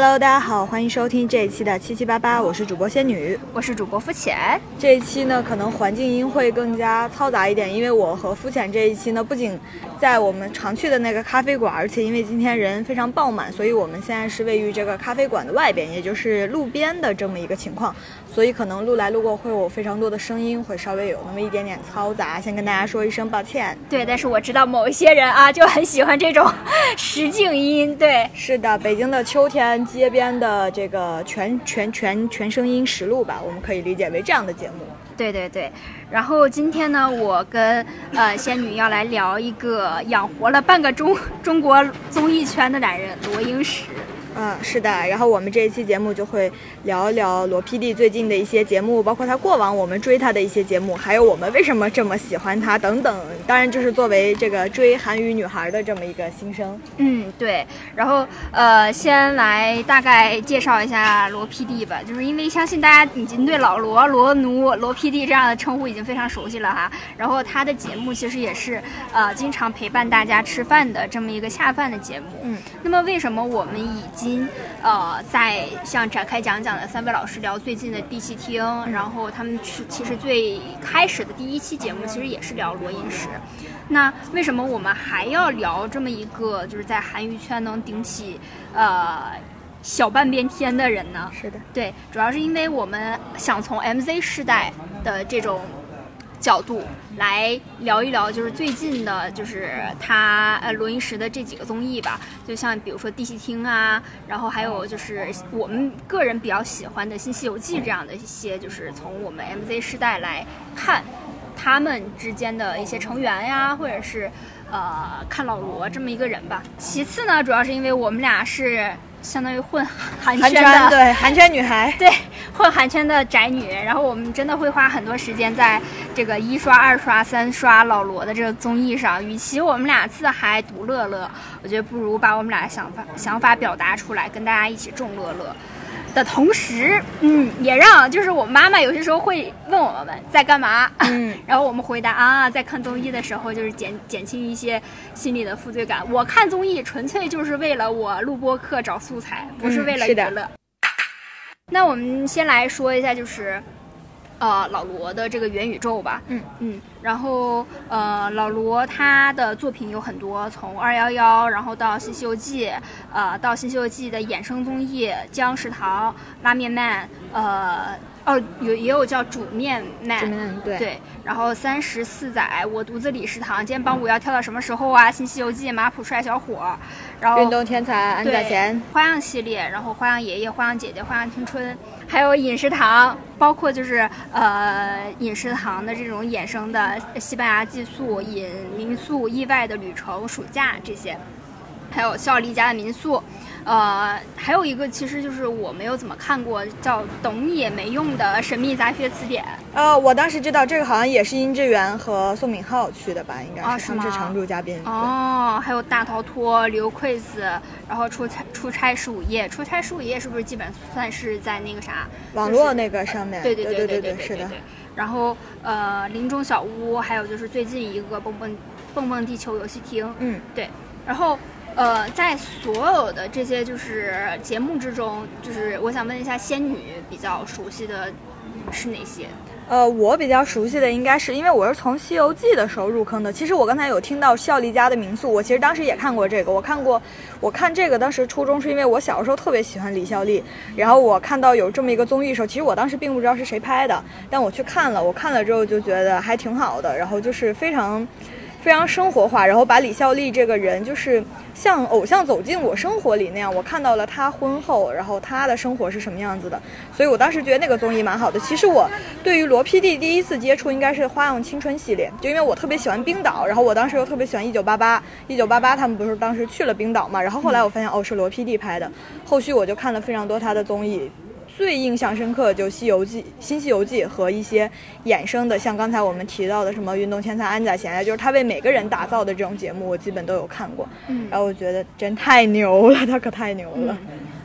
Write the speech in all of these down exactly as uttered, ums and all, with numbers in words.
Hello， 大家好，欢迎收听这一期的七七八八，我是主播仙女， 我是主播肤浅。 这一期呢，可能环境音会更加嘈杂一点，因为我和肤浅这一期呢，不仅在我们常去的那个咖啡馆，而且因为今天人非常爆满，所以我们现在是位于这个咖啡馆的外边，也就是路边的这么一个情况，所以可能路来路过会有非常多的声音，会稍微有那么一点点嘈杂，先跟大家说一声抱歉。 对，但是我知道某一些人啊，就很喜欢这种实境音。对， 是的，北京的秋天街边的这个全全全全声音实录吧，我们可以理解为这样的节目。 对对对，然后今天呢，我跟呃仙女要来聊一个养活了半个中中国综艺圈的男人罗英石。 嗯，是的，然后我们这一期节目就会聊一聊罗 P D 最近的一些节目，包括他过往我们追他的一些节目，还有我们为什么这么喜欢他等等。当然，就是作为这个追韩语女孩的这么一个心声。 嗯，对。然后呃，先来大概介绍一下罗 P D 吧，就是因为相信大家已经对老罗、罗奴、罗 P D 这样的称呼已经非常熟悉了哈。然后他的节目其实也是呃经常陪伴大家吃饭的这么一个下饭的节目。 嗯， 那么为什么我们已经呃，在像展开讲讲的三位老师聊最近的地气厅，然后他们是其实最开始的第一期节目其实也是聊罗英石。那为什么我们还要聊这么一个就是在韩娱圈能顶起呃小半边天的人呢？ 是的， 对，主要是因为我们想从 M Z 世代的这种角度来聊一聊，就是最近的，就是他呃罗英石的这几个综艺吧，就像比如说地气厅啊，然后还有就是我们个人比较喜欢的新西游记这样的一些，就是从我们 M Z 世代来看他们之间的一些成员呀，或者是呃看老罗这么一个人吧。其次呢，主要是因为我们俩是相当于混韩圈的， 韩圈对韩圈女孩， 对混韩圈的宅女，然后我们真的会花很多时间在这个一刷、二刷、三刷老罗的这个综艺上。与其我们俩自嗨独乐乐，我觉得不如把我们俩的想法想法表达出来，跟大家一起众乐乐。的同时，嗯，也让就是我妈妈有些时候会问我们在干嘛， 嗯， 然后我们回答啊，在看综艺的时候，就是减减轻一些心里的负罪感。我看综艺纯粹就是为了我录播课找素材，不是为了娱乐。嗯，那我们先来说一下，就是呃老罗的这个元宇宙吧。 嗯嗯，然后呃老罗他的作品有很多，从二幺幺，然后到新西游记，呃到新西游记的衍生综艺江食堂、拉面man，呃哦有也有叫煮面 man， 煮面对对，然后三十四载我独自理食堂，肩膀舞要跳到什么时候啊？新西游记马普帅小伙，然后运动天才安宰贤， 花样系列，然后花样爷爷、花样姐姐、花样青春，还有饮食堂，包括就是呃饮食堂的这种衍生的西班牙寄宿、饮民宿、意外的旅程、暑假这些，还有孝利家的民宿。呃，还有一个其实就是我没有怎么看过，叫懂也没用的神秘杂学词典。 呃，我当时知道这个好像也是殷志源和宋敏浩去的吧，应该是、 哦、是他们是常驻嘉宾。 哦，还有大逃脱、刘 quiz， 然后出差出差十五夜，出差十五夜是不是基本算是在那个啥网络那个上面？ 对对对对对对， 是的。 然后呃，林中小屋，还有就是最近一个蹦蹦蹦蹦地球游戏厅。 嗯， 对，然后。呃，在所有的这些就是节目之中，就是我想问一下，仙女比较熟悉的是哪些？ 呃，我比较熟悉的应该是，因为我是从《西游记》的时候入坑的。其实我刚才有听到孝利家的民宿，我其实当时也看过这个。我看过，我看这个当时初衷是因为我小时候特别喜欢李孝利，然后我看到有这么一个综艺的时候，其实我当时并不知道是谁拍的，但我去看了，我看了之后就觉得还挺好的，然后就是非常。非常生活化，然后把李孝利这个人就是像偶像走进我生活里那样，我看到了他婚后，然后他的生活是什么样子的，所以我当时觉得那个综艺蛮好的。其实我对于罗 P D 第一次接触应该是花样青春系列，就因为我特别喜欢冰岛，然后我当时又特别喜欢一九八八，一九八八他们不是当时去了冰岛嘛，然后后来我发现哦是罗 P D 拍的，后续我就看了非常多他的综艺。最印象深刻就《西游记》、《新西游记》和一些衍生的，像刚才我们提到的什么运动天才安宰贤呀，就是他为每个人打造的这种节目，我基本都有看过。 嗯， 然后我觉得真太牛了，他可太牛了。 嗯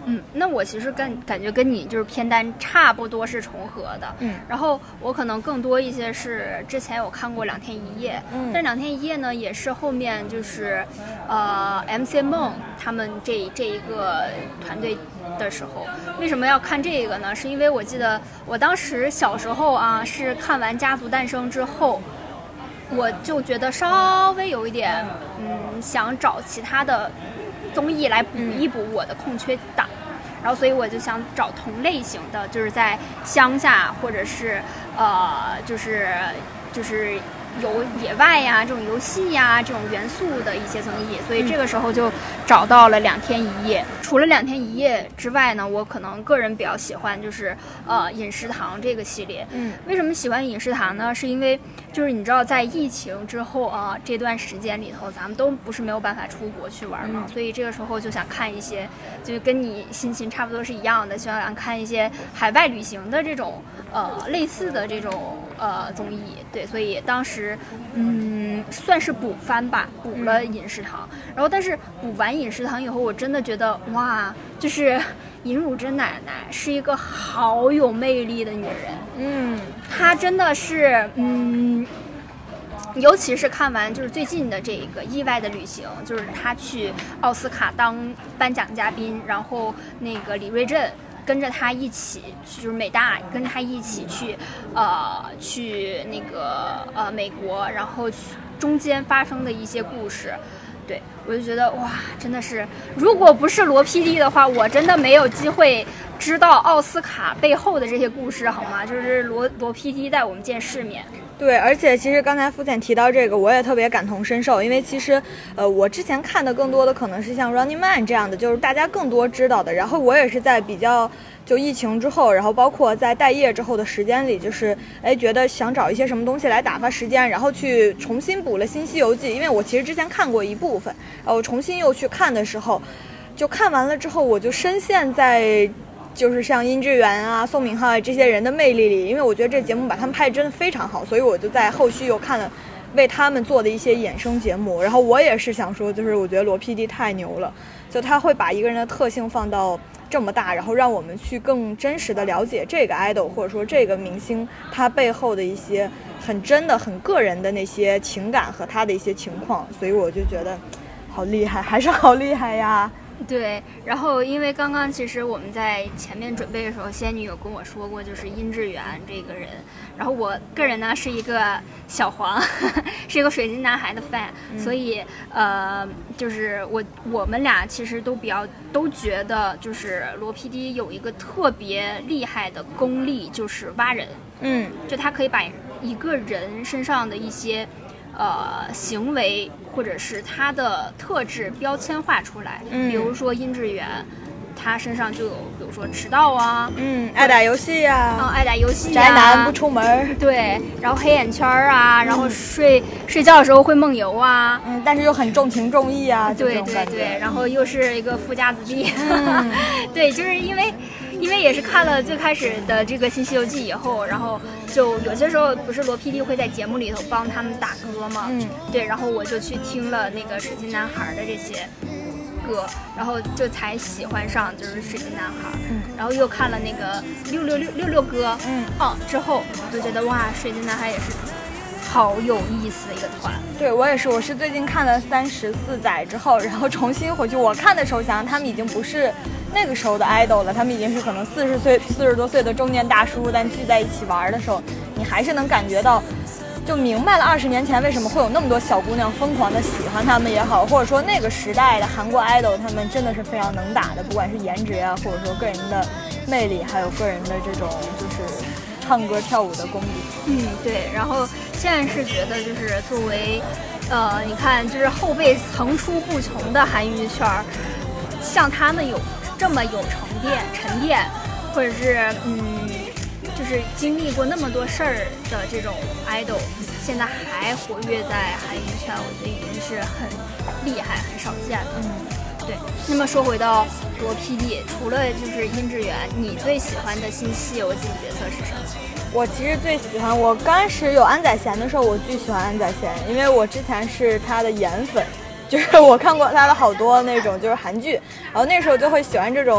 嗯，那我其实感感觉跟你就是片单差不多是重合的。 嗯， 然后我可能更多一些是之前有看过两天一夜， 嗯， 但两天一夜呢也是后面就是呃 M C 梦他们这这一个团队的时候。为什么要看这个呢？是因为我记得我当时小时候啊是看完《家族诞生》之后，我就觉得稍微有一点嗯想找其他的综艺来补一补我的空缺档，然后所以我就想找同类型的，就是在乡下或者是呃就是就是有野外呀这种游戏呀这种元素的一些综艺，所以这个时候就找到了两天一夜。除了两天一夜之外呢，我可能个人比较喜欢就是呃饮食堂这个系列。 嗯， 为什么喜欢饮食堂呢？是因为就是你知道在疫情之后啊这段时间里头，咱们都不是没有办法出国去玩嘛， 嗯， 所以这个时候就想看一些，就是跟你心情差不多是一样的，想看一些海外旅行的这种呃类似的这种呃综艺。对，所以当时嗯算是补番吧，补了饮食堂。然后但是补完饮食堂以后，我真的觉得哇，就是尹汝贞奶奶是一个好有魅力的女人。 嗯， 她真的是嗯。尤其是看完就是最近的这个意外的旅行，就是她去奥斯卡当颁奖嘉宾，然后那个李瑞镇跟着他一起，就是美大跟着他一起去，呃，去那个呃美国，然后中间发生的一些故事，对我就觉得哇，真的是，如果不是罗 P D 的话，我真的没有机会知道奥斯卡背后的这些故事，好吗？就是罗罗 P D 带我们见世面。 对，而且其实刚才付浅提到这个，我也特别感同身受，因为其实，呃，我之前看的更多的可能是像 Running Man 这样的，就是大家更多知道的。然后我也是在比较就疫情之后，然后包括在待业之后的时间里，就是哎觉得想找一些什么东西来打发时间，然后去重新补了新《西游记》，因为我其实之前看过一部分，然后重新又去看的时候，就看完了之后，我就深陷在。就是像殷志源啊、宋敏浩这些人的魅力里，因为我觉得这节目把他们拍得真的非常好，所以我就在后续又看了为他们做的一些衍生节目。然后我也是想说，就是我觉得罗 P D 太牛了，就他会把一个人的特性放到这么大，然后让我们去更真实的了解这个 idol 或者说这个明星他背后的一些很真的、很个人的那些情感和他的一些情况，所以我就觉得好厉害，还是好厉害呀。 对，然后因为刚刚其实我们在前面准备的时候，仙女有跟我说过，就是殷志源这个人，然后我个人呢是一个小黄，是一个水晶男孩的 fan，、嗯、所以呃，就是我我们俩其实都比较都觉得，就是罗 P D 有一个特别厉害的功力，就是挖人， 嗯， 就他可以把一个人身上的一些。呃，行为或者是他的特质标签化出来， 嗯， 比如说殷志源，他身上就有，比如说迟到啊， 嗯，爱打游戏呀、啊， 嗯，爱打游戏、啊， 宅男不出门， 对，然后黑眼圈啊，嗯、然后睡睡觉的时候会梦游啊， 嗯，但是又很重情重义啊， 对对对，然后又是一个富家子弟，嗯、对，就是因为。因为也是看了最开始的这个新西游记以后，然后就有些时候不是罗 P D 会在节目里头帮他们打歌嘛， 嗯， 对，然后我就去听了那个水晶男孩的这些歌，然后就才喜欢上就是水晶男孩， 嗯， 然后又看了那个六六六六六哥， 嗯， 哦，之后我就觉得哇，水晶男孩也是好有意思的一个团。 对，我也是，我是最近看了三十四载之后，然后重新回去我看的时候想他们已经不是那个时候的 idol 了，他们已经是可能四十岁四十多岁的中年大叔，但聚在一起玩的时候，你还是能感觉到就明白了二十年前为什么会有那么多小姑娘疯狂的喜欢他们也好，或者说那个时代的韩国 idol 他们真的是非常能打的，不管是颜值啊，或者说个人的魅力，还有个人的这种就是唱歌跳舞的功底。 嗯，对。然后现在是觉得就是作为呃你看就是后辈层出不穷的韩娱圈，像他们有这么有沉淀沉淀或者是嗯就是经历过那么多事儿的这种 idol， 现在还活跃在韩娱圈，我觉得已经是很厉害很少见的。 嗯， 对。那么说回到罗 P D， 除了就是殷志源，你最喜欢的新西游记角色是什么？ 我其实最喜欢，我刚开始有安宰贤的时候，我巨喜欢安宰贤，因为我之前是他的颜粉，就是我看过他的好多那种就是韩剧，然后那时候就会喜欢这种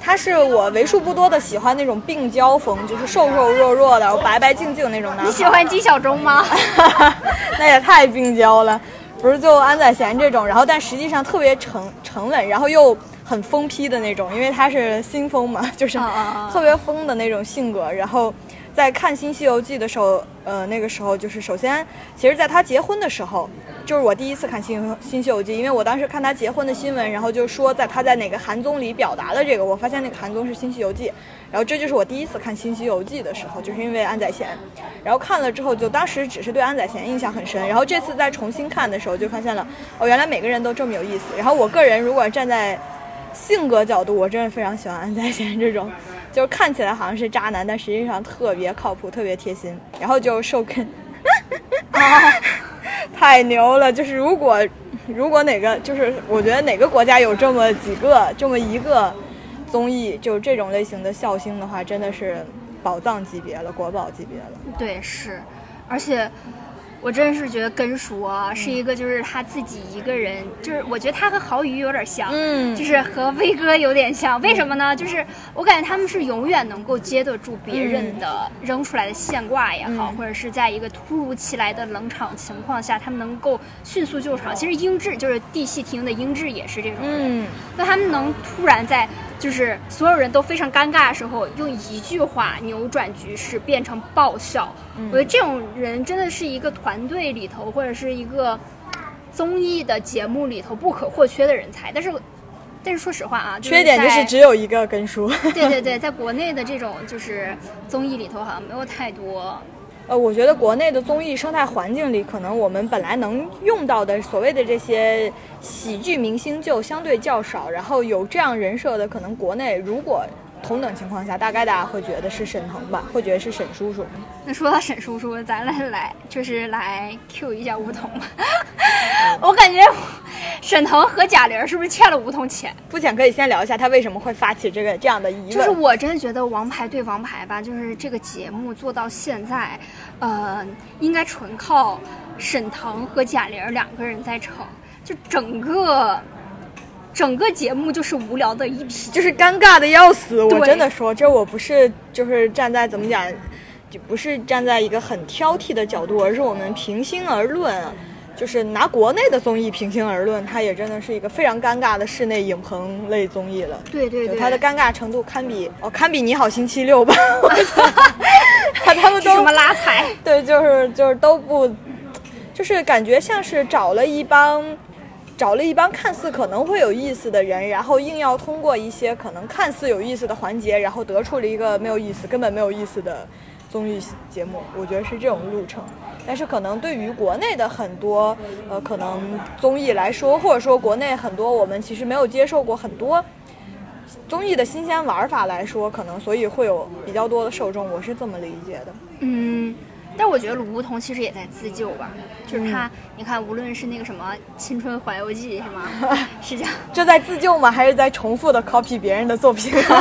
他是我为数不多的喜欢那种病娇风，就是瘦瘦弱弱的，白白净净那种男孩。 你喜欢金小钟吗？ 那也太病娇了，不是就安宰贤这种，然后但实际上特别沉沉稳，然后又很疯批的那种，因为他是新风嘛，就是特别疯的那种性格。然后在看新西游记的时候，呃，那个时候就是首先，其实在他结婚的时候，就是我第一次看新新西游记，因为我当时看他结婚的新闻，然后就说在他在哪个韩综里表达的这个，我发现那个韩综是新西游记，然后这就是我第一次看新西游记的时候，就是因为安宰贤，然后看了之后就当时只是对安宰贤印象很深，然后这次再重新看的时候就发现了，哦，原来每个人都这么有意思。然后我个人如果站在性格角度，我真的非常喜欢安宰贤这种，就是看起来好像是渣男，但实际上特别靠谱，特别贴心。然后就受根，啊，太牛了！就是如果如果哪个，就是我觉得哪个国家有这么几个这么一个综艺，就是这种类型的笑星的话，真的是宝藏级别了，国宝级别了。 对，是，而且。我真是觉得根叔啊是一个，就是他自己一个人，就是我觉得他和郝宇有点像，嗯，就是和威哥有点像。为什么呢？就是我感觉他们是永远能够接得住别人的扔出来的现挂也好，嗯、或者是在一个突如其来的冷场情况下，他们能够迅速救场。其实英智就是地戏厅的英智也是这种人，嗯，那他们能突然在就是所有人都非常尴尬的时候，用一句话扭转局势，变成爆笑。嗯、我觉得这种人真的是一个团队里头或者是一个综艺的节目里头不可或缺的人才。但是，但是说实话啊， 缺点就是只有一个根叔。 对对对，在国内的这种就是综艺里头，好像没有太多。 呃，我觉得国内的综艺生态环境里，可能我们本来能用到的所谓的这些喜剧明星就相对较少，然后有这样人设的，可能国内如果同等情况下，大概大家会觉得是沈腾吧，会觉得是沈叔叔。 那说到沈叔叔，咱来来就是来 Q 一下吴彤。我感觉沈腾和贾玲是不是欠了吴彤钱？ 不浅可以先聊一下他为什么会发起这个这样的疑问。 就是我真的觉得《王牌对王牌》吧，就是这个节目做到现在，呃，应该纯靠沈腾和贾玲两个人在撑，就整个。整个节目就是无聊的一批， 就是尴尬的要死。我真的说，这我不是就是站在怎么讲，就不是站在一个很挑剔的角度，而是我们平心而论，就是拿国内的综艺平心而论，它也真的是一个非常尴尬的室内影棚类综艺了。 对对对， 它的尴尬程度堪比哦，堪比你好星期六吧。他们都什么拉踩？ 对，就是就是都不，就是感觉像是找了一帮。找了一帮看似可能会有意思的人，然后硬要通过一些可能看似有意思的环节，然后得出了一个没有意思、根本没有意思的综艺节目。我觉得是这种路程。但是可能对于国内的很多呃可能综艺来说，或者说国内很多我们其实没有接受过很多综艺的新鲜玩法来说，可能所以会有比较多的受众，我是这么理解的。 嗯。但我觉得卢梧桐其实也在自救吧，就是他，嗯、你看，无论是那个什么《青春环游记》是吗？是这样， 这在自救吗？还是在重复的 copy 别人的作品？好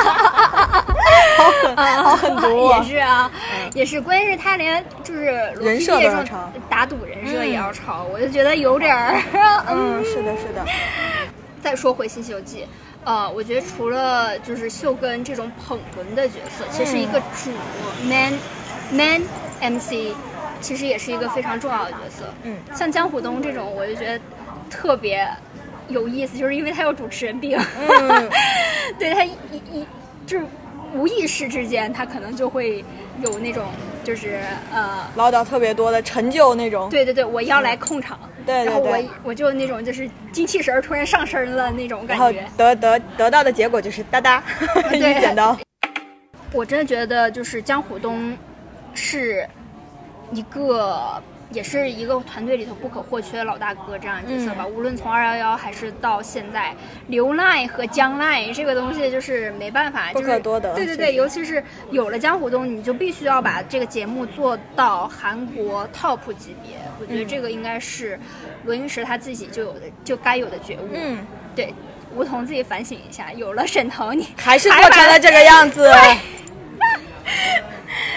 狠，好狠毒、 啊！也是啊，嗯、也是，关键是他连就是人设都要抄， 打赌人设也要抄，嗯、我就觉得有点儿。 嗯，是的，是的。 再说回《新西游记》。呃，我觉得除了就是秀根这种捧哏的角色，其实一个主 man man M C 其实也是一个非常重要的角色。嗯，像江虎东这种，我就觉得特别有意思，就是因为他有主持人病。嗯，对他一一就是无意识之间，他可能就会有那种就是呃唠叨特别多的成就那种。 对对对，我要来控场。嗯对对对， 然后我我就那种就是精气神突然上升了那种感觉， 然后得得得到的结果就是哒哒一剪刀。 我真的觉得就是江虎东是一个也是一个团队里头不可或缺的老大哥这样的角色吧、嗯、无论从二一一还是到现在刘赖和江赖这个东西就是没办法， 不可多得、 就是、对对对，尤其是有了江虎东你就必须要把这个节目做到韩国 top 级别，我觉得这个应该是罗英石他自己就有的就该有的觉悟。嗯，对，吴彤自己反省一下，有了沈腾你还是做成了这个样子。 嗯，我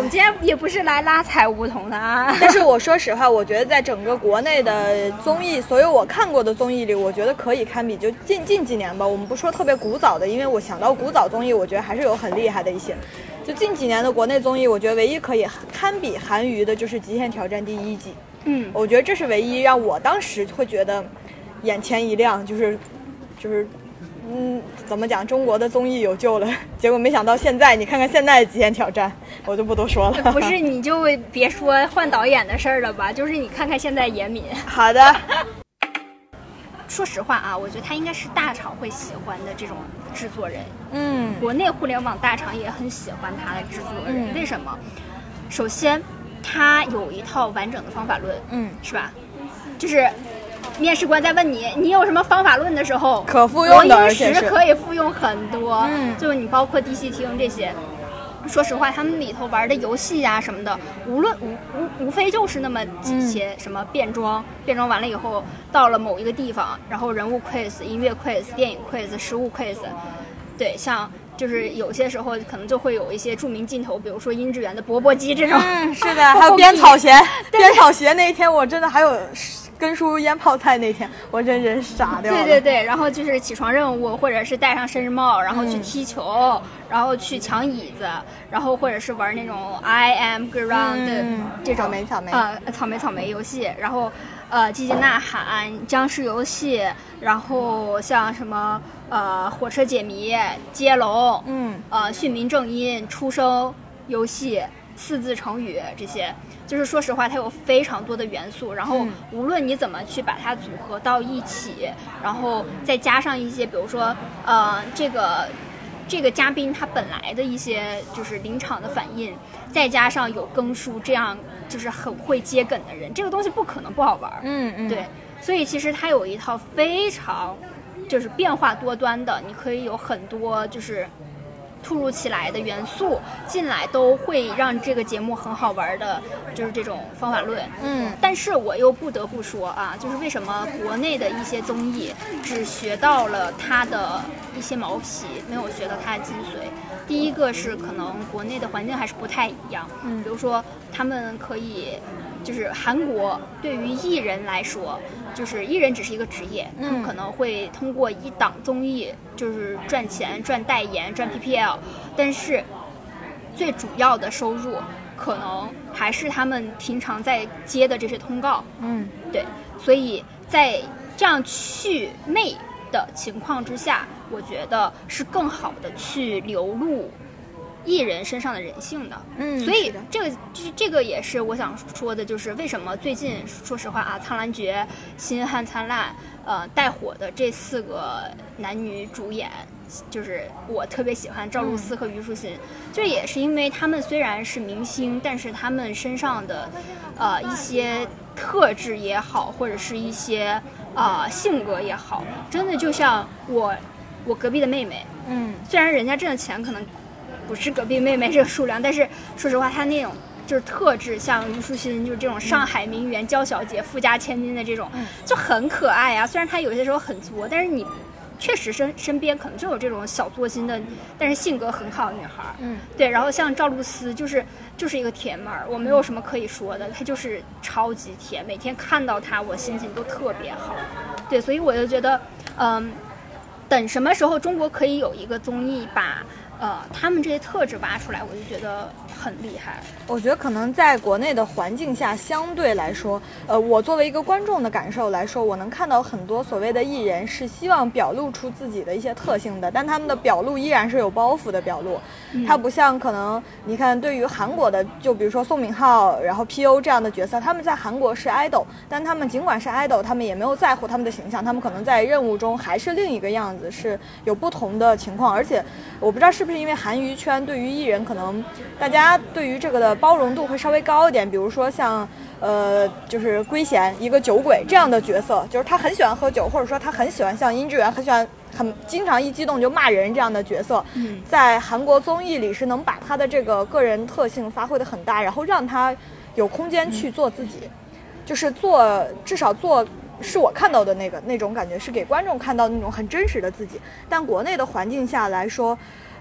们今天也不是来拉踩梧桐的啊。 但是我说实话，我觉得在整个国内的综艺，所有我看过的综艺里，我觉得可以堪比就近近几年吧。我们不说特别古早的，因为我想到古早综艺，我觉得还是有很厉害的一些。就近几年的国内综艺，我觉得唯一可以堪比韩娱的就是《极限挑战》第一季。 嗯， 我觉得这是唯一让我当时会觉得眼前一亮，就是就是嗯，怎么讲，中国的综艺有救了。结果没想到现在，你看看现在的《极限挑战》，我就不多说了。 不是，你就别说换导演的事儿了吧，就是你看看现在严敏。 好的。 说实话啊，我觉得他应该是大厂会喜欢的这种制作人。 嗯， 国内互联网大厂也很喜欢他的制作人。 嗯、 为什么？首先，他有一套完整的方法论。 嗯， 是吧？就是面试官在问你你有什么方法论的时候， 可复用的，而且是可以复用很多。 嗯， 就是你包括地戏厅这些。说实话，他们里头玩的游戏呀、啊、什么的，无论无无无非就是那么几些，什么变装，嗯、变装完了以后，到了某一个地方，然后人物 quiz、音乐 quiz、电影 quiz、食物 quiz， 对，像就是有些时候可能就会有一些著名镜头，比如说殷志源的钵钵鸡这种。 嗯，是的，还有编草鞋，编草鞋那一天我真的还有。根叔腌泡菜那天，我真人傻掉了。 对对对，然后就是起床任务，或者是戴上生日帽，然后去踢球，嗯、然后去抢椅子，然后或者是玩那种 I am ground、嗯、这种草莓草莓呃草莓草莓游戏，然后呃积极呐喊、僵尸游戏，然后像什么呃火车解谜、接龙， 嗯呃训民正音、出生游戏、四字成语这些。就是说实话，它有非常多的元素，然后无论你怎么去把它组合到一起，然后再加上一些，比如说，呃，这个这个嘉宾他本来的一些就是临场的反应，再加上有更叔这样就是很会接梗的人，这个东西不可能不好玩。 嗯嗯， 对，所以其实它有一套非常就是变化多端的，你可以有很多就是突如其来的元素进来，都会让这个节目很好玩的，就是这种方法论。 嗯， 但是我又不得不说啊，就是为什么国内的一些综艺只学到了它的一些毛皮，没有学到它的精髓。第一个是可能国内的环境还是不太一样， 嗯， 比如说他们可以。就是韩国对于艺人来说，就是艺人只是一个职业，他们可能会通过一档综艺就是赚钱、赚代言、赚 P P L， 但是最主要的收入可能还是他们平常在接的这些通告。 嗯， 对，所以在这样去魅的情况之下，我觉得是更好的去流入艺人身上的人性的。 嗯， 所以这个这个也是我想说的，就是为什么最近说实话啊，苍兰诀、星汉灿烂呃带火的这四个男女主演，就是我特别喜欢赵露思和虞书欣，就也是因为他们虽然是明星，但是他们身上的呃一些特质也好，或者是一些呃性格也好，真的就像我我隔壁的妹妹， 嗯， 虽然人家挣的钱可能不是隔壁妹妹这个数量，但是说实话，她那种就是特质，像虞书欣就是这种上海名媛娇小姐、富家千金的这种，就很可爱啊。虽然她有些时候很作，但是你确实身身边可能就有这种小作心的，但是性格很好的女孩。 嗯， 对。然后像赵露思，就是就是一个甜妹儿，我没有什么可以说的，她就是超级甜，每天看到她，我心情都特别好。对，所以我就觉得，嗯，等什么时候中国可以有一个综艺把。呃，他们这些特质挖出来，我就觉得很厉害。 我觉得可能在国内的环境下，相对来说，呃，我作为一个观众的感受来说，我能看到很多所谓的艺人是希望表露出自己的一些特性的，但他们的表露依然是有包袱的表露。嗯、它不像可能你看，对于韩国的，就比如说宋敏浩，然后 P O 这样的角色，他们在韩国是 idol， 但他们尽管是 idol， 他们也没有在乎他们的形象，他们可能在任务中还是另一个样子，是有不同的情况。而且我不知道是不是因为韩娱圈对于艺人可能大家对于这个的包容度会稍微高一点，比如说像呃就是圭贤一个酒鬼这样的角色，就是他很喜欢喝酒，或者说他很喜欢像殷志源很喜欢很经常一激动就骂人这样的角色， 嗯， 在韩国综艺里是能把他的这个个人特性发挥得很大，然后让他有空间去做自己，嗯、就是做至少做是我看到的那个那种感觉，是给观众看到那种很真实的自己。但国内的环境下来说，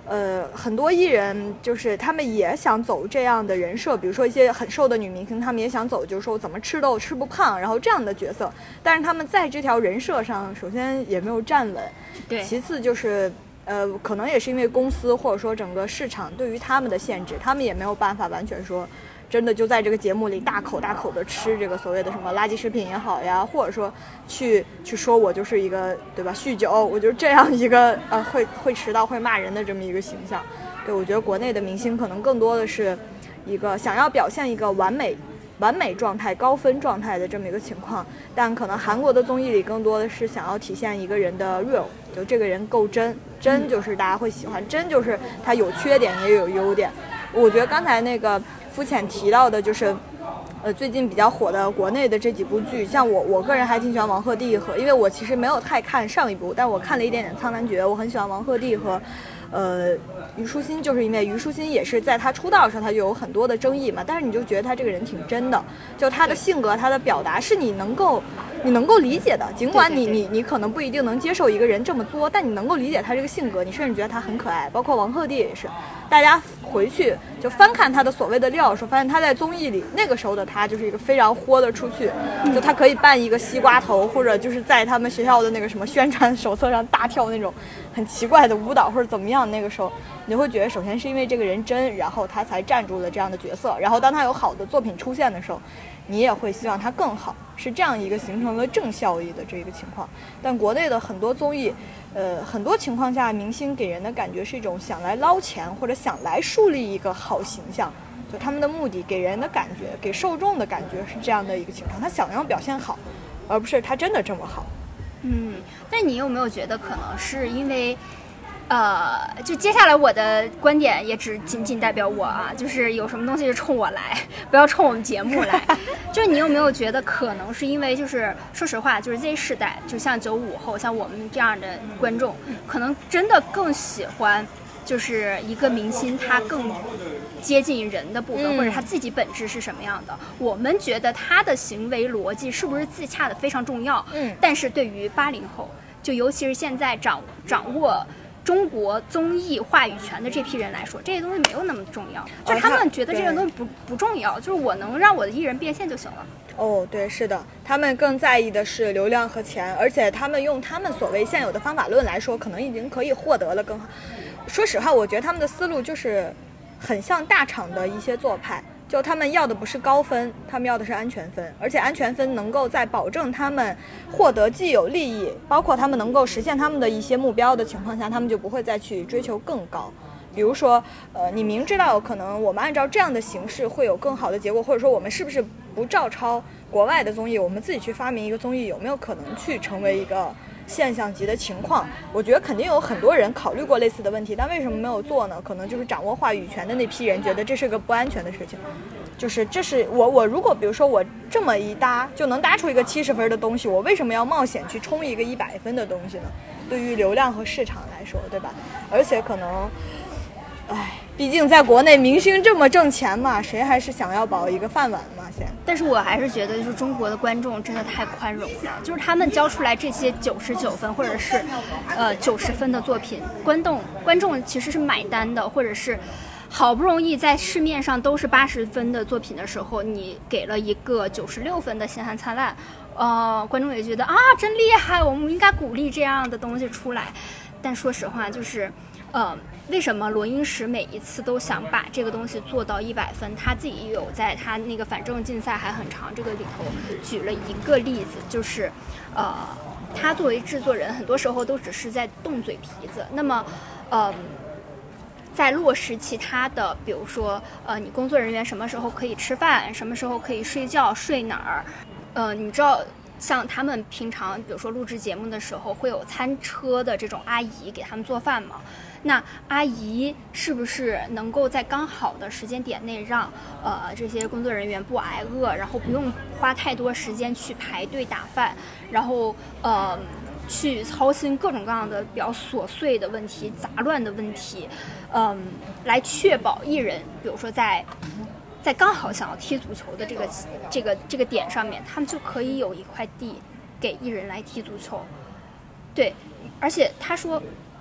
呃，很多艺人就是他们也想走这样的人设，比如说一些很瘦的女明星，他们也想走，就是说怎么吃都吃不胖，然后这样的角色。但是他们在这条人设上，首先也没有站稳， 对， 其次就是呃，可能也是因为公司或者说整个市场对于他们的限制，他们也没有办法完全说。真的就在这个节目里大口大口的吃这个所谓的什么垃圾食品也好呀，或者说去去说我就是一个对吧酗酒，我就是这样一个呃会会迟到会骂人的这么一个形象。对，我觉得国内的明星可能更多的是一个想要表现一个完美完美状态高分状态的这么一个情况，但可能韩国的综艺里更多的是想要体现一个人的 real， 就这个人够真，真就是大家会喜欢，真就是他有缺点也有优点。我觉得刚才那个肤浅提到的就是，呃，最近比较火的国内的这几部剧，像我我个人还挺喜欢王鹤棣和，因为我其实没有太看上一部，但我看了一点点《苍兰诀》，我很喜欢王鹤棣和，呃，虞书欣，就是因为虞书欣也是在他出道的时候他就有很多的争议嘛，但是你就觉得他这个人挺真的，就他的性格他的表达是你能够你能够理解的，尽管你你你可能不一定能接受一个人这么作，但你能够理解他这个性格，你甚至觉得他很可爱，包括王鹤棣也是。大家回去就翻看他的所谓的料的时候，发现他在综艺里那个时候的他就是一个非常豁得出去，就他可以扮一个西瓜头，或者就是在他们学校的那个什么宣传手册上大跳那种很奇怪的舞蹈或者怎么样，那个时候你会觉得首先是因为这个人真，然后他才站住了这样的角色，然后当他有好的作品出现的时候，你也会希望他更好，是这样一个形成了正效益的这个情况。但国内的很多综艺呃，很多情况下明星给人的感觉是一种想来捞钱或者想来树立一个好形象，就他们的目的给人的感觉给受众的感觉是这样的一个情况，他想要表现好而不是他真的这么好。 嗯，但你有没有觉得可能是因为呃，就接下来我的观点也只仅仅代表我啊，就是有什么东西就冲我来，不要冲我们节目来。就是你有没有觉得可能是因为就是说实话，就是 Z 世代，就像九五后，像我们这样的观众，可能真的更喜欢就是一个明星他更接近人的部分， 嗯、 或者他自己本质是什么样的。我们觉得他的行为逻辑是不是自洽的非常重要。 嗯， 但是对于八零后，就尤其是现在掌掌握中国综艺话语权的这批人来说，这些东西没有那么重要，就是他们觉得这个东西不不重要，就是我能让我的艺人变现就行了。 哦，对，是的，他们更在意的是流量和钱，而且他们用他们所谓现有的方法论来说，可能已经可以获得了更好。说实话，我觉得他们的思路就是很像大厂的一些做派，就他们要的不是高分，他们要的是安全分，而且安全分能够在保证他们获得既有利益，包括他们能够实现他们的一些目标的情况下，他们就不会再去追求更高。比如说，呃，你明知道可能我们按照这样的形式会有更好的结果，或者说我们是不是不照抄国外的综艺，我们自己去发明一个综艺，有没有可能去成为一个现象级的情况？我觉得肯定有很多人考虑过类似的问题，但为什么没有做呢？可能就是掌握话语权的那批人觉得这是个不安全的事情，就是这是我我如果比如说我这么一搭就能搭出一个七十分的东西，我为什么要冒险去冲一个一百分的东西呢？对于流量和市场来说，对吧？而且可能唉，毕竟在国内明星这么挣钱嘛，谁还是想要保一个饭碗嘛先。 但是我还是觉得就是中国的观众真的太宽容了，就是他们交出来这些九十九分或者是呃九十分的作品，观众观众其实是买单的，或者是好不容易在市面上都是八十分的作品的时候，你给了一个九十六分的星汉灿烂，呃，观众也觉得啊真厉害，我们应该鼓励这样的东西出来。但说实话，就是呃。为什么罗英石每一次都想把这个东西做到一百分？他自己有在他那个反正竞赛还很长这个里头举了一个例子，就是呃，他作为制作人，很多时候都只是在动嘴皮子。那么，呃，在落实其他的，比如说呃，你工作人员什么时候可以吃饭，什么时候可以睡觉，睡哪儿？呃，你知道。像他们平常比如说录制节目的时候会有餐车的这种阿姨给他们做饭嘛，那阿姨是不是能够在刚好的时间点内让呃这些工作人员不挨饿，然后不用花太多时间去排队打饭，然后呃去操心各种各样的比较琐碎的问题杂乱的问题，嗯、呃，来确保艺人比如说在在刚好想要踢足球的这个这个这个点上面，他们就可以有一块地给艺人来踢足球。对，而且他说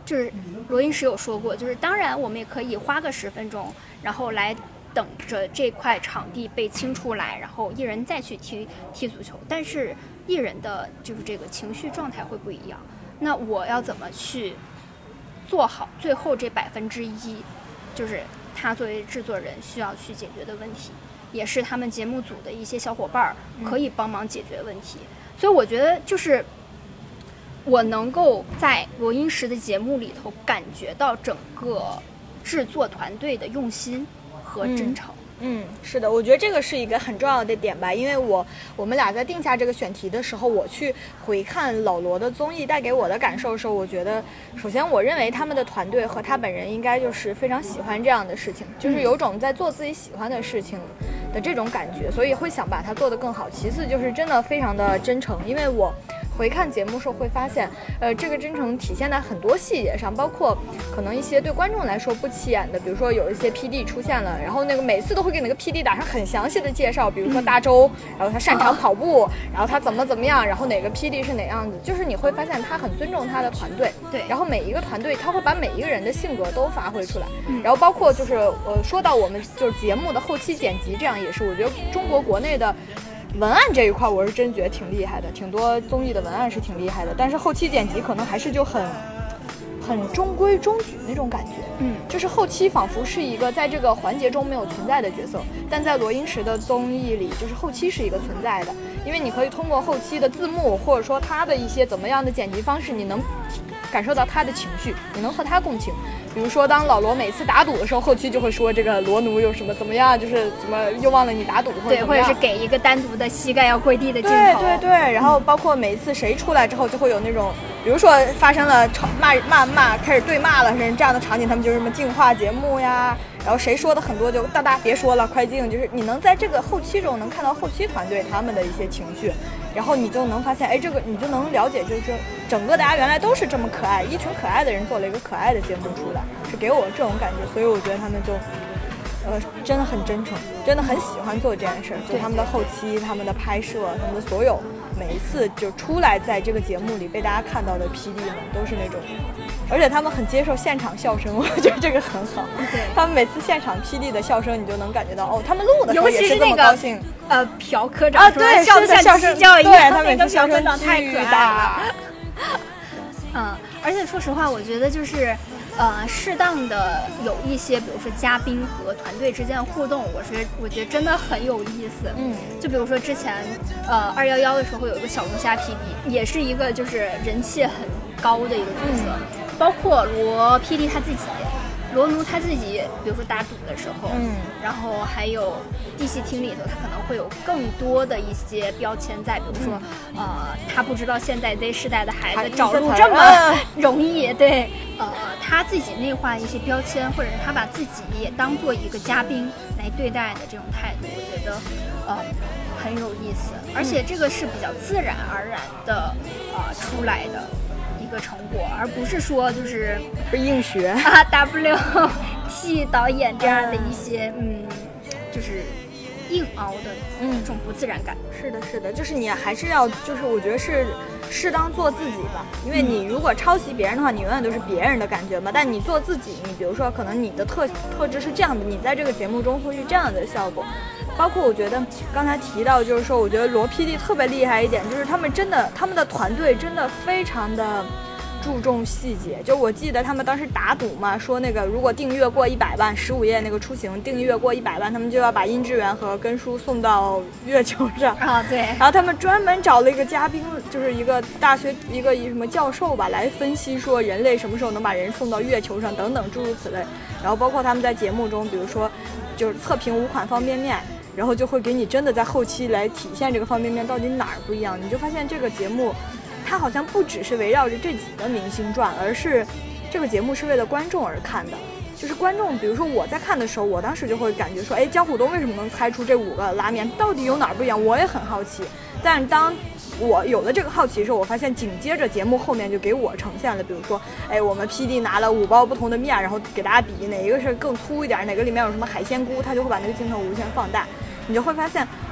就是罗英石有说过，就是当然我们也可以花个十分钟，然后来等着这块场地被清出来，然后艺人再去踢踢足球，但是艺人的就是这个情绪状态会不一样。那我要怎么去做好最后这百分之一，就是他作为制作人需要去解决的问题，也是他们节目组的一些小伙伴可以帮忙解决问题。嗯、所以我觉得就是我能够在罗英石的节目里头感觉到整个制作团队的用心和真诚。 嗯嗯，是的，我觉得这个是一个很重要的点吧，因为我我们俩在定下这个选题的时候，我去回看老罗的综艺带给我的感受的时候，我觉得首先我认为他们的团队和他本人应该就是非常喜欢这样的事情，就是有种在做自己喜欢的事情的这种感觉，所以会想把它做得更好。其次就是真的非常的真诚，因为我回看节目时候会发现，呃，这个真诚体现在很多细节上，包括可能一些对观众来说不起眼的，比如说有一些 P D 出现了，然后那个每次都会给那个 P D 打上很详细的介绍，比如说大周，然后他擅长跑步，然后他怎么怎么样，然后哪个 P D 是哪样子，就是你会发现他很尊重他的团队， 对， 然后每一个团队他会把每一个人的性格都发挥出来，然后包括就是呃说到我们就是节目的后期剪辑，这样也是我觉得中国国内的文案这一块我是真觉得挺厉害的，挺多综艺的文案是挺厉害的，但是后期剪辑可能还是就很很中规中矩那种感觉， 嗯， 就是后期仿佛是一个在这个环节中没有存在的角色，但在罗英石的综艺里，就是后期是一个存在的，因为你可以通过后期的字幕或者说他的一些怎么样的剪辑方式，你能感受到他的情绪，你能和他共情。比如说当老罗每次打赌的时候，后期就会说这个罗奴有什么怎么样，就是什么又忘了你打赌或者对，或者是给一个单独的膝盖要跪地的镜头， 对对对，然后包括每一次谁出来之后就会有那种比如说发生了吵骂骂骂开始对骂了这样的场景，他们就是什么净化节目呀，然后谁说的很多就大大别说了快进，就是你能在这个后期中能看到后期团队他们的一些情绪，然后你就能发现哎，这个你就能了解，就是整个大家原来都是这么可爱，一群可爱的人做了一个可爱的节目出来，是给我这种感觉，所以我觉得他们就呃，真的很真诚，真的很喜欢做这件事，就他们的后期、他们的拍摄、他们的所有，每一次就出来在这个节目里被大家看到的 P D 们都是那种，而且他们很接受现场笑声，我觉得这个很好。 对， 他们每次现场 P D 的笑声，你就能感觉到哦，他们录的时候也是这么高兴。 呃，朴科长啊，对， 笑得像鸡叫一样， 对，他每次笑声太可爱了。嗯，而且说实话，我觉得就是。呃，适当的有一些，比如说嘉宾和团队之间的互动，我是我觉得真的很有意思。 嗯， 就比如说之前，呃，二幺幺的时候有一个小龙虾 P D， 也是一个就是人气很高的一个角色，嗯、包括罗 P D 他自己。罗奴他自己，比如说打赌的时候， 嗯，然后还有地戏厅里头，他可能会有更多的一些标签在，比如说，嗯、呃，他不知道现在 Z 世代的孩子找路这么容易，对，呃，他自己内化一些标签，或者是他把自己也当做一个嘉宾来对待的这种态度，我觉得，呃，很有意思，而且这个是比较自然而然的，呃，出来的。一个成果，而不是说就是不是硬学啊 W T 导演这样的一些嗯，就是硬凹的嗯这种不自然感。 是的，是的，就是你还是要就是我觉得是适当做自己吧，因为你如果抄袭别人的话，你永远都是别人的感觉嘛。但你做自己，你比如说可能你的特特质是这样的，你在这个节目中会是这样的效果。包括我觉得刚才提到，就是说我觉得罗 P D 特别厉害一点，就是他们真的他们的团队真的非常的注重细节。就我记得他们当时打赌嘛，说那个如果订阅过一百万，十五页那个出行订阅过一百万，他们就要把殷志源和根叔送到月球上啊。对。 然后他们专门找了一个嘉宾，就是一个大学一个什么教授吧，来分析说人类什么时候能把人送到月球上等等诸如此类。然后包括他们在节目中，比如说就是测评五款方便面。然后就会给你真的在后期来体现这个方便面到底哪儿不一样，你就发现这个节目它好像不只是围绕着这几个明星转，而是这个节目是为了观众而看的。就是观众比如说我在看的时候，我当时就会感觉说，哎，江虎东为什么能猜出这五个拉面到底有哪儿不一样，我也很好奇。但是当我有了这个好奇的时候，我发现紧接着节目后面就给我呈现了，比如说哎，我们 P D 拿了五包不同的面，然后给大家比哪一个是更粗一点，哪个里面有什么海鲜菇，他就会把那个镜头无限放大，你就会发现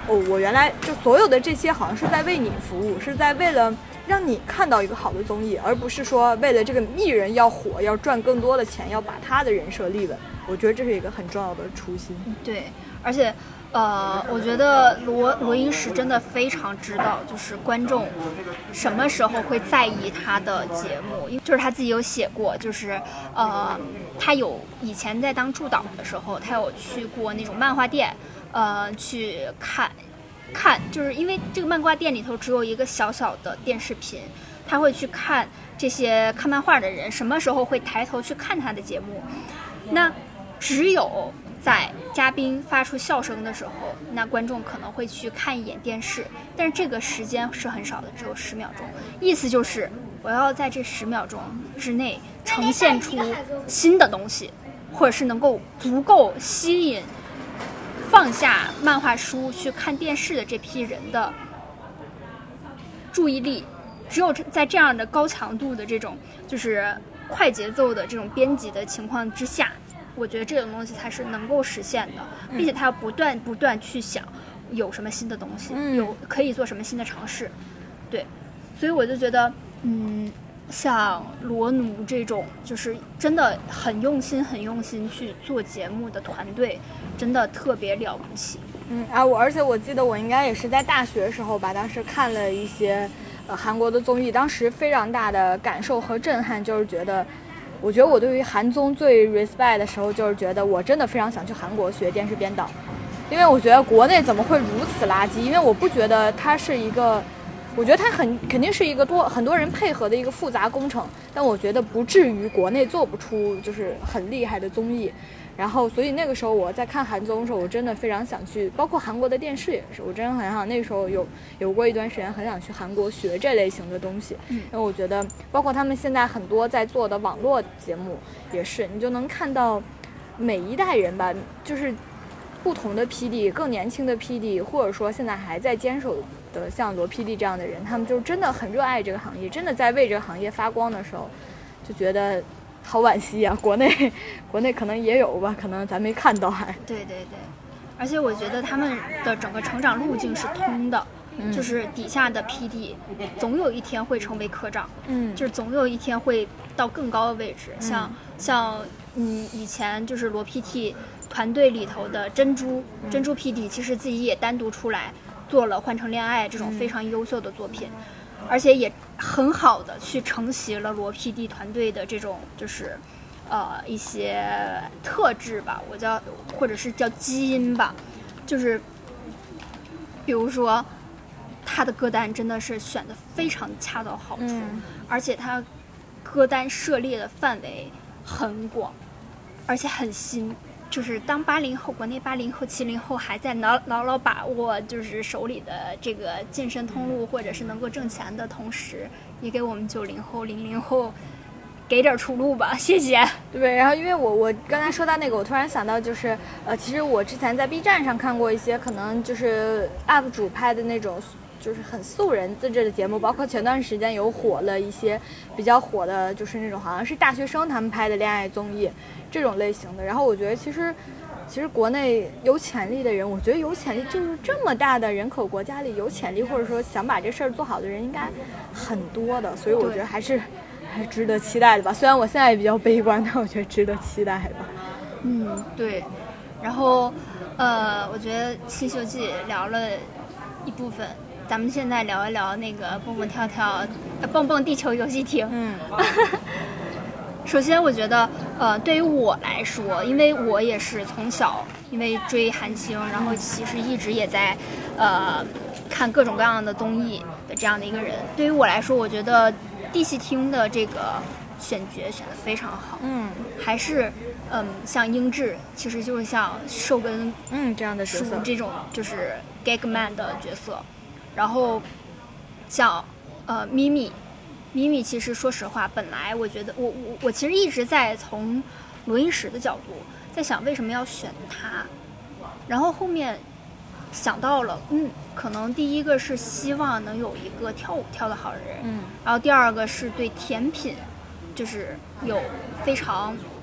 哦，我原来就所有的这些好像是在为你服务，是在为了让你看到一个好的综艺，而不是说为了这个艺人要火，要赚更多的钱，要把他的人设立稳。我觉得这是一个很重要的初心。 对，而且呃，我觉得罗罗英石真的非常知道，就是观众什么时候会在意他的节目，因为就是他自己有写过，就是呃，他有以前在当驻导的时候，他有去过那种漫画店，呃，去看看，就是因为这个漫画店里头只有一个小小的电视屏，他会去看这些看漫画的人什么时候会抬头去看他的节目，那只有在嘉宾发出笑声的时候，那观众可能会去看一眼电视，但是这个时间是很少的，只有十秒钟。意思就是我要在这十秒钟之内呈现出新的东西，或者是能够足够吸引放下漫画书去看电视的这批人的注意力。只有在这样的高强度的这种就是快节奏的这种编辑的情况之下，我觉得这种东西才是能够实现的，并且他要不断不断去想有什么新的东西， 嗯、 有可以做什么新的尝试。对，所以我就觉得嗯像罗奴这种就是真的很用心很用心去做节目的团队真的特别了不起。 嗯啊，我而且我记得我应该也是在大学的时候吧，当时看了一些呃韩国的综艺，当时非常大的感受和震撼就是觉得，我觉得我对于韩综最 respect 的时候就是觉得我真的非常想去韩国学电视编导，因为我觉得国内怎么会如此垃圾，因为我不觉得它是一个，我觉得它很肯定是一个多很多人配合的一个复杂工程，但我觉得不至于国内做不出就是很厉害的综艺。然后所以那个时候我在看韩综的时候，我真的非常想去，包括韩国的电视也是，我真的很想那个时候有有过一段时间很想去韩国学这类型的东西，因为我觉得包括他们现在很多在做的网络节目也是，你就能看到每一代人吧，就是不同的 P D， 更年轻的 P D， 或者说现在还在坚守的像罗 P D 这样的人，他们就真的很热爱这个行业，真的在为这个行业发光的时候，就觉得好惋惜啊！国内国内可能也有吧，可能咱没看到还。 对对对，而且我觉得他们的整个成长路径是通的，嗯、就是底下的 P D 总有一天会成为科长， 嗯， 就是总有一天会到更高的位置。嗯、像像嗯以前就是罗 P T 团队里头的珍珠、嗯、珍珠 P D， 其实自己也单独出来做了《换乘恋爱》这种非常优秀的作品。嗯，而且也很好的去承袭了罗 P D 团队的这种就是呃一些特质吧，我叫或者是叫基因吧，就是比如说他的歌单真的是选的非常恰到好处，嗯、而且他歌单涉猎的范围很广，而且很新。就是当八零后，国内八零后、七零后还在牢牢牢把握就是手里的这个晋升通路，或者是能够挣钱的同时，也给我们九零后、零零后给点出路吧，谢谢。 对，然后因为我我刚才说到那个，我突然想到就是呃，其实我之前在 B 站上看过一些可能就是 U P 主拍的那种。就是很素人自制的节目，包括前段时间有火了一些比较火的，就是那种好像是大学生他们拍的恋爱综艺这种类型的。然后我觉得其实其实国内有潜力的人，我觉得有潜力就是这么大的人口国家里有潜力，或者说想把这事儿做好的人应该很多的，所以我觉得还是还是值得期待的吧。虽然我现在也比较悲观，但我觉得值得期待吧。 嗯，对。然后呃，我觉得《新西游记》聊了一部分。咱们现在聊一聊那个蹦蹦跳跳、蹦蹦地球游戏厅。嗯，首先我觉得，呃，对于我来说，因为我也是从小因为追韩星，然后其实一直也在，呃，看各种各样的综艺的这样的一个人。对于我来说，我觉得地戏厅的这个选角选得非常好。嗯，还是嗯，像英智，其实就是像寿根嗯这样的角色， 这种就是 gag man 的角色。然后像呃咪咪咪咪其实说实话，本来我觉得我我我其实一直在从罗英石的角度在想为什么要选他，然后后面想到了，嗯，可能第一个是希望能有一个跳舞跳得好的人，嗯，然后第二个是对甜品就是有非常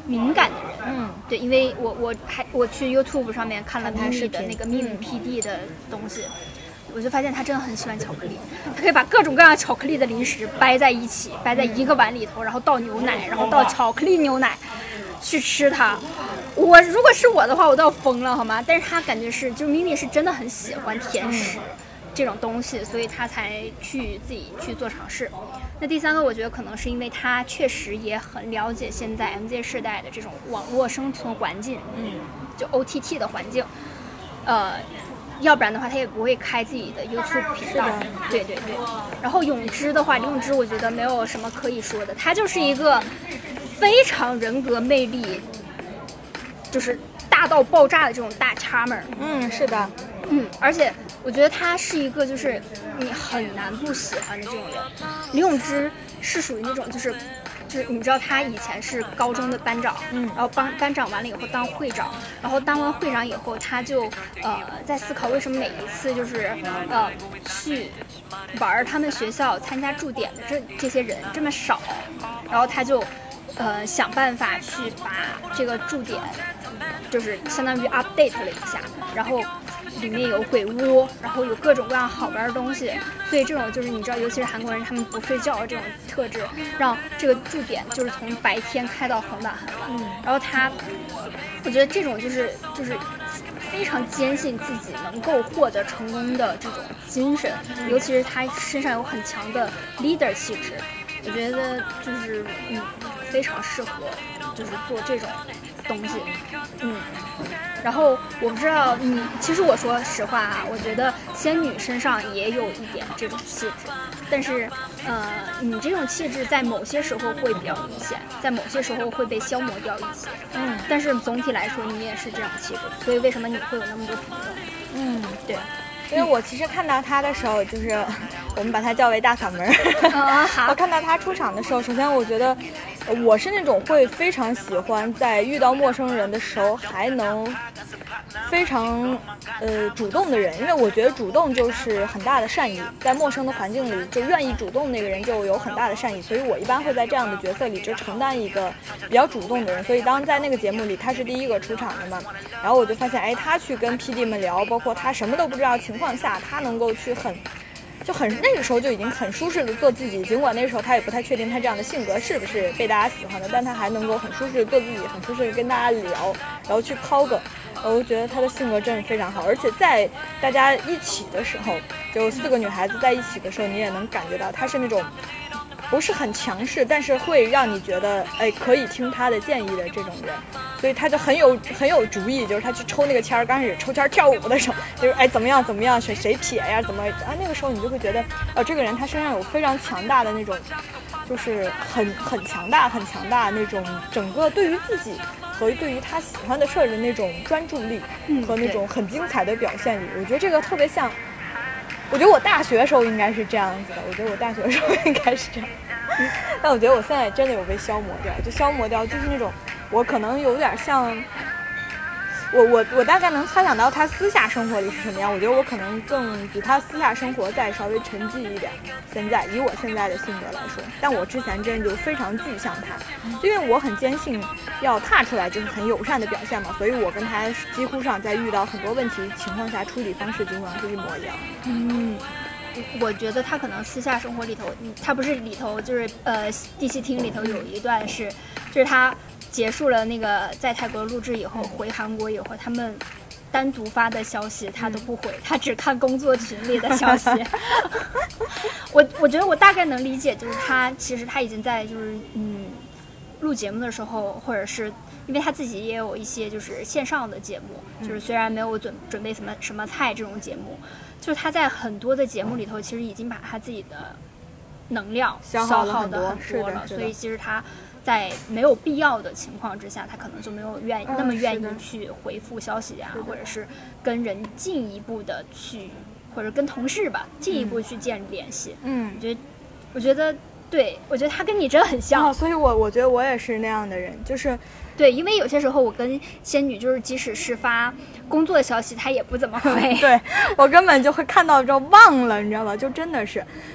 敏感的人。 嗯， 对，因为我我还我去 YouTube 上面看了看他 Mimi 视频的那个 Mimi P D 的东西。我就发现他真的很喜欢巧克力，他可以把各种各样巧克力的零食掰在一起，掰在一个碗里头，然后倒牛奶，然后倒巧克力牛奶去吃它。我如果是我的话，我都要疯了好吗？但是他感觉是，就是咪咪是真的很喜欢甜食这种东西，所以他才去自己去做尝试。那第三个，我觉得可能是因为他确实也很了解现在 M Z 世代的这种网络生存环境，嗯，就 O T T 的环境，呃。要不然的话，他也不会开自己的 YouTube 频道。对对对。然后永之的话，李永之我觉得没有什么可以说的，他就是一个非常人格魅力，就是大到爆炸的这种大 charmer。 嗯，是的。 嗯，而且我觉得他是一个就是你很难不喜欢的这种人。李永之是属于那种就是。就是你知道他以前是高中的班长，嗯，然后班班长完了以后当会长，然后当完会长以后，他就呃在思考为什么每一次就是呃去玩他们学校参加驻点的这这些人这么少，然后他就呃想办法去把这个驻点就是相当于 update 了一下，然后里面有鬼屋，然后有各种各样好玩的东西，所以这种就是你知道，尤其是韩国人他们不睡觉的这种特质，让这个驻点就是从白天开到很晚很晚。嗯，然后他，我觉得这种就是就是非常坚信自己能够获得成功的这种精神，尤其是他身上有很强的 leader 气质，我觉得就是嗯非常适合就是做这种东西，嗯。然后我不知道你，其实我说实话啊，我觉得仙女身上也有一点这种气质，但是呃，你这种气质在某些时候会比较明显，在某些时候会被消磨掉一些。嗯，但是总体来说你也是这种气质，所以为什么你会有那么多朋友？ 嗯， 对。 因为我其实看到他的时候，就是我们把他叫为大嗓门。 啊，好。 我看到他出场的时候，首先我觉得我是那种会非常喜欢在遇到陌生人的时候还能非常呃主动的人，因为我觉得主动就是很大的善意，在陌生的环境里就愿意主动那个人就有很大的善意，所以我一般会在这样的角色里就承担一个比较主动的人。所以当在那个节目里他是第一个出场的嘛，然后我就发现哎，他去跟 P D 们聊，包括他什么都不知道情况下，他能够去很就很那个时候就已经很舒适的做自己，尽管那时候他也不太确定他这样的性格是不是被大家喜欢的，但他还能够很舒适的做自己，很舒适的跟大家聊，然后去抛梗。我就觉得他的性格真的非常好，而且在大家一起的时候，就四个女孩子在一起的时候，你也能感觉到他是那种不是很强势，但是会让你觉得哎可以听他的建议的这种人，所以他就很有很有主意，就是他去抽那个签儿，刚开始抽签跳舞的时候，就是哎怎么样怎么样，谁谁撇呀，怎么啊，那个时候你就会觉得呃这个人他身上有非常强大的那种，就是很很强大很强大那种整个对于自己和对于他喜欢的事儿的那种专注力和那种很精彩的表现力，我觉得这个特别像。我觉得我大学的时候应该是这样子的，我觉得我大学的时候应该是这样，但我觉得我现在真的有被消磨掉，就消磨掉，就是那种我可能有点像，我我我大概能猜想到他私下生活里是什么样，我觉得我可能更比他私下生活再稍微沉寂一点。现在以我现在的性格来说，但我之前真的就非常具象他，因为我很坚信要踏出来就是很友善的表现嘛，所以我跟他几乎上在遇到很多问题情况下处理方式基本上是一模一样。 嗯。我觉得他可能私下生活里头，他不是里头就是呃第七厅里头有一段是，就是他结束了那个在泰国录制以后回韩国以后，他们单独发的消息他都不回，他只看工作群里的消息。我我觉得我大概能理解，就是他其实他已经在就是嗯录节目的时候，或者是因为他自己也有一些就是线上的节目，就是虽然没有准准备什么什么菜这种节目。就是他在很多的节目里头，其实已经把他自己的能量消耗的很多了，所以其实他在没有必要的情况之下，他可能就没有愿意、嗯、那么愿意去回复消息啊，或者是跟人进一步的去，或者跟同事吧进一步去建立联系。嗯，我觉得，我觉得，对我觉得他跟你真的很像， 哦、所以我我觉得我也是那样的人，就是。 对，因为有些时候我跟仙女就是即使是发工作的消息，她也不怎么回。 对，我根本就会看到之后忘了，你知道吧？就真的是，就包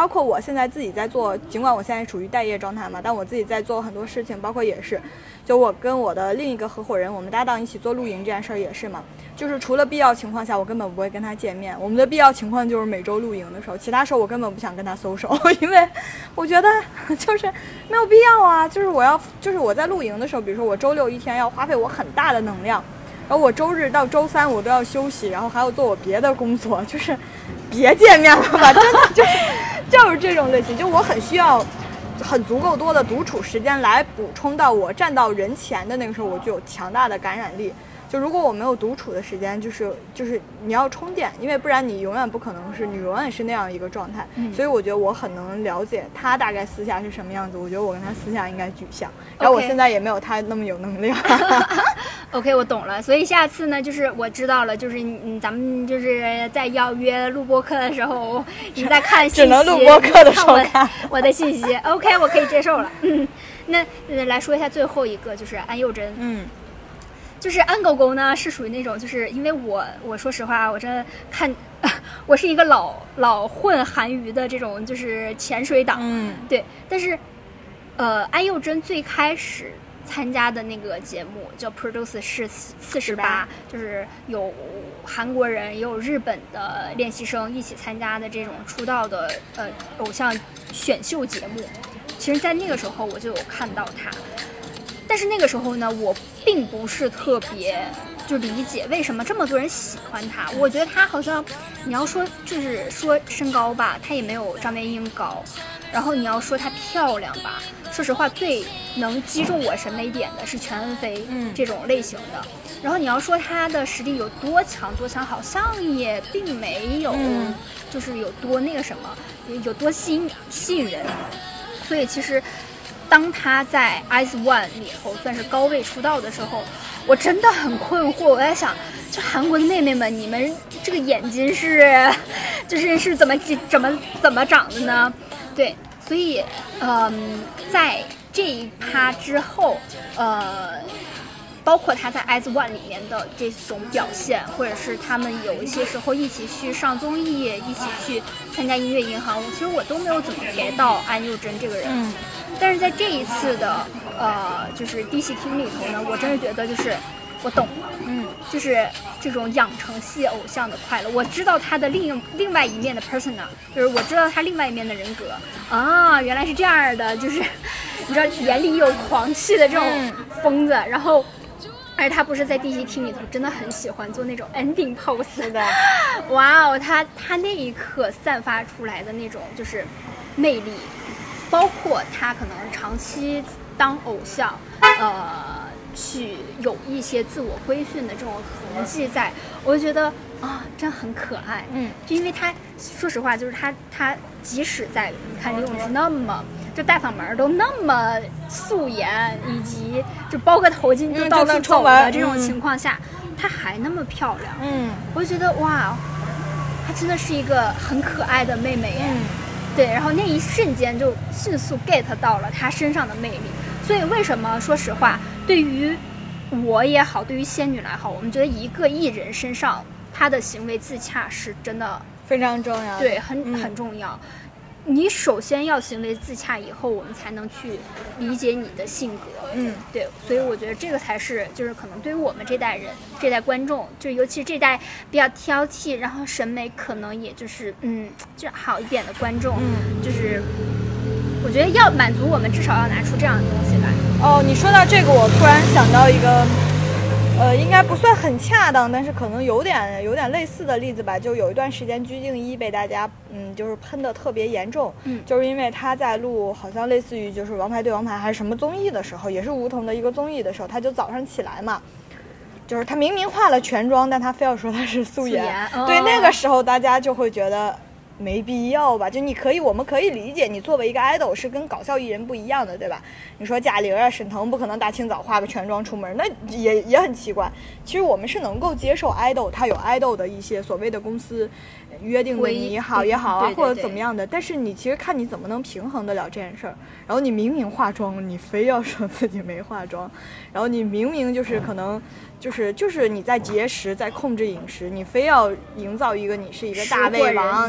包括我现在自己在做，尽管我现在处于待业状态嘛，但我自己在做很多事情，包括也是，就我跟我的另一个合伙人，我们搭档一起做露营这件事儿也是嘛，就是除了必要情况下，我根本不会跟他见面。我们的必要情况就是每周露营的时候，其他时候我根本不想跟他搜手，因为我觉得就是没有必要啊。就是我要，就是我在露营的时候，比如说我周六一天要花费我很大的能量。然后我周日到周三我都要休息，然后还要做我别的工作，就是别见面了吧，真的就是就是这种类型，就我很需要很足够多的独处时间来补充到我站到人前的那个时候，我就有强大的感染力。就如果我没有独处的时间，就是就是你要充电，因为不然你永远不可能是你永远是那样一个状态、嗯、所以我觉得我很能了解他大概私下是什么样子，我觉得我跟他私下应该巨像，然后我现在也没有他那么有能量。 OK 我懂了，所以下次呢就是我知道了，就是嗯咱们就是在邀约录播课的时候你在看信息， 只能录播课的时候看我, 我的信息。 OK 我可以接受了。嗯，那来说一下最后一个，就是安宥真。 嗯， 就是安狗狗呢是属于那种，就是因为我我说实话我真的看我是一个老老混韩娱的这种就是潜水党。 嗯， 对，但是呃安宥真最开始参加的那个节目叫 Produce 是四十八，就是有韩国人也有日本的练习生一起参加的这种出道的呃偶像选秀节目。其实在那个时候我就有看到他，但是那个时候呢我并不是特别就理解为什么这么多人喜欢他。我觉得他好像你要说就是说身高吧，他也没有张元英高，然后你要说她漂亮吧，说实话最能击中我审美点的是全恩菲这种类型的、嗯、然后你要说她的实力有多强多强，好像也并没有、嗯、就是有多那个什么有多吸引吸引人。所以其实当她在 I Z ONE 里头算是高位出道的时候，我真的很困惑，我在想就韩国的妹妹们，你们这个眼睛是就是是怎么怎么怎么长的呢？对，所以嗯，在这一趴之后，呃包括他在 I Z ONE 里面的这种表现，或者是他们有一些时候一起去上综艺，一起去参加音乐银行，其实我都没有怎么 get 到安宥真这个人、嗯、但是在这一次的呃就是D系厅里头呢，我真的觉得就是我懂了，嗯，就是这种养成系偶像的快乐。我知道他的另另外一面的 persona， 就是我知道他另外一面的人格啊，原来是这样的，就是你知道眼里有狂气的这种疯子，然后而他不是在第一厅里头真的很喜欢做那种 ending pose 的，哇哦，他他那一刻散发出来的那种就是魅力，包括他可能长期当偶像，呃，去有一些自我规训的这种痕迹在，我就觉得啊，真很可爱。嗯，就因为他说实话，就是他他即使在你看李永芝那么。就大嗓门都那么素颜，以及就包个头巾就到处走的这种情况下，她、嗯、还那么漂亮，嗯，我就觉得哇，她真的是一个很可爱的妹妹，嗯，对，然后那一瞬间就迅速 get 到了她身上的魅力。所以为什么说实话，对于我也好，对于仙女来好，我们觉得一个艺人身上她的行为自洽是真的非常重要， 对，很、嗯、很重要。你首先要行为自洽，以后我们才能去理解你的性格。嗯，对，所以我觉得这个才是，就是可能对于我们这代人、这代观众，就尤其是这代比较挑剔，然后审美可能也就是嗯，就好一点的观众，嗯，就是我觉得要满足我们，至少要拿出这样的东西来。 哦，你说到这个，我突然想到一个。呃，应该不算很恰当，但是可能有点有点类似的例子吧。就有一段时间，鞠婧祎被大家嗯，就是喷的特别严重，嗯，就是因为她在录好像类似于就是《王牌对王牌》还是什么综艺的时候，也是梧桐的一个综艺的时候，她就早上起来嘛，就是她明明化了全妆，但她非要说她是素颜，素颜哦、对，那个时候大家就会觉得。没必要吧，就你可以，我们可以理解，你作为一个 idol 是跟搞笑艺人不一样的，对吧？你说贾玲啊、沈腾不可能大清早化个全妆出门，那也也很奇怪。其实我们是能够接受 idol， 他有 idol 的一些所谓的公司约定的你好也好啊， 对对对或者怎么样的，但是你其实看你怎么能平衡得了这件事儿。然后你明明化妆，你非要说自己没化妆，然后你明明就是可能。就是就是你在节食，在控制饮食，你非要营造一个你是一个大胃王，你是一个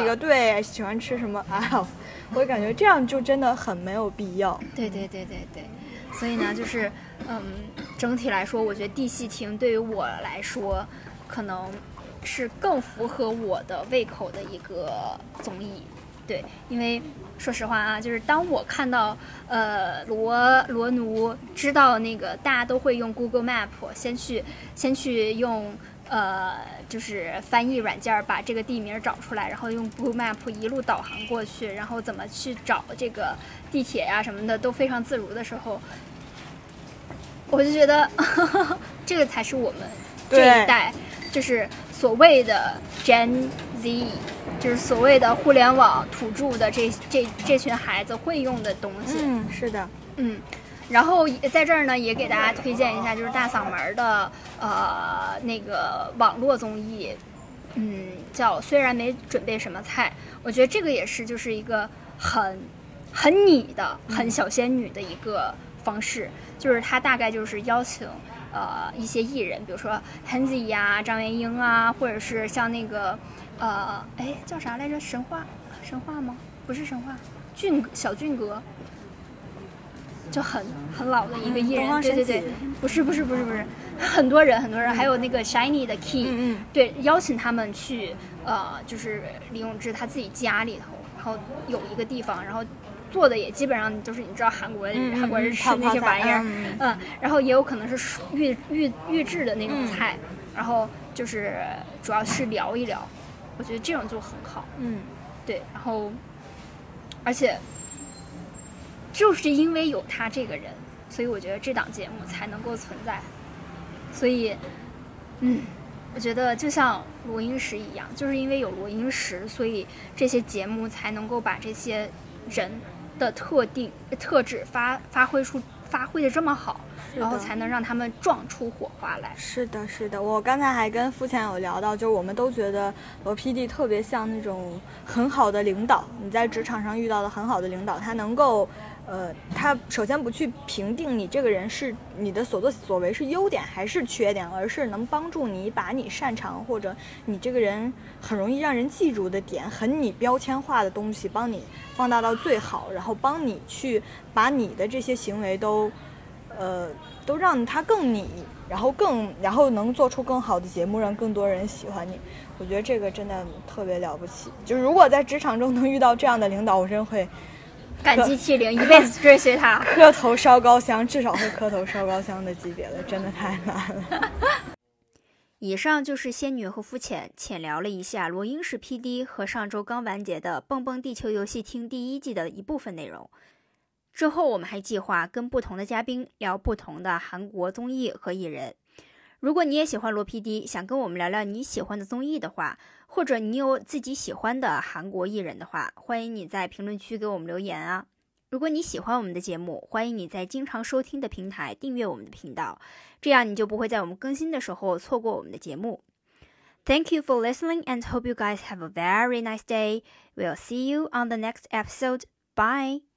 个对喜欢吃什么啊，我感觉这样就真的很没有必要。 对对对对对，所以呢，就是嗯，整体来说，我觉得地戏厅对于我来说，可能是更符合我的胃口的一个综艺。对，因为说实话啊，就是当我看到呃罗罗奴知道那个大家都会用 Google Map， 先去先去用呃就是翻译软件把这个地名找出来，然后用 Google Map 一路导航过去，然后怎么去找这个地铁呀、啊、什么的都非常自如的时候，我就觉得呵呵这个才是我们这一代就是所谓的 Gen Z， 就是所谓的互联网土著的这这这群孩子会用的东西。 嗯，是的， 嗯。然后在这儿呢，也给大家推荐一下，就是大嗓门的呃那个网络综艺，嗯，叫虽然没准备什么菜，我觉得这个也是就是一个很很你的、很小仙女的一个方式，就是他大概就是邀请呃一些艺人，比如说 Hanzy 呀、张元英啊，或者是像那个呃哎叫啥来着？神话神话吗？不是神话，俊小俊哥。就很很老的一个艺人，嗯、对对对，不是不是不是不是，很多人很多人，嗯、还有那个 Shiny 的 Key， 嗯嗯对，邀请他们去呃，就是李永芝他自己家里头，然后有一个地方，然后做的也基本上就是你知道韩国人、嗯、韩国人吃那些玩意儿，嗯, 嗯，然后也有可能是预预预制的那种菜，嗯、然后就是主要是聊一聊，我觉得这种就很好， 嗯， 对，然后而且。就是因为有他这个人，所以我觉得这档节目才能够存在。所以，嗯，我觉得就像罗英石一样，就是因为有罗英石，所以这些节目才能够把这些人的特定特质发发挥出发挥的这么好，然后才能让他们撞出火花来。 是的，是的。我刚才还跟付前有聊到，就是我们都觉得罗 P D 特别像那种很好的领导，你在职场上遇到的很好的领导，他能够。呃，他首先不去评定你这个人是你的所作所为是优点还是缺点，而是能帮助你把你擅长或者你这个人很容易让人记住的点，很你标签化的东西，帮你放大到最好，然后帮你去把你的这些行为都，呃，都让它更你，然后更然后能做出更好的节目，让更多人喜欢你。我觉得这个真的特别了不起。就是如果在职场中能遇到这样的领导，我真会。 感激涕零，一辈子追随他， 磕头烧高香，至少是磕头烧高香的级别了，真的太难了。 以上就是仙女和肤浅浅聊了一下罗英石 P D 和上周刚完结的《蹦蹦地球游戏厅》第一季的一部分内容。之后我们还计划跟不同的嘉宾聊不同的韩国综艺和艺人。如果你也喜欢罗 P D， 想跟我们聊聊你喜欢的综艺的话，或者你有自己喜欢的韩国艺人的话，欢迎你在评论区给我们留言啊。如果你喜欢我们的节目，欢迎你在经常收听的平台订阅我们的频道，这样你就不会在我们更新的时候错过我们的节目。Thank you for listening and hope you guys have a very nice day. We'll see you on the next episode. Bye!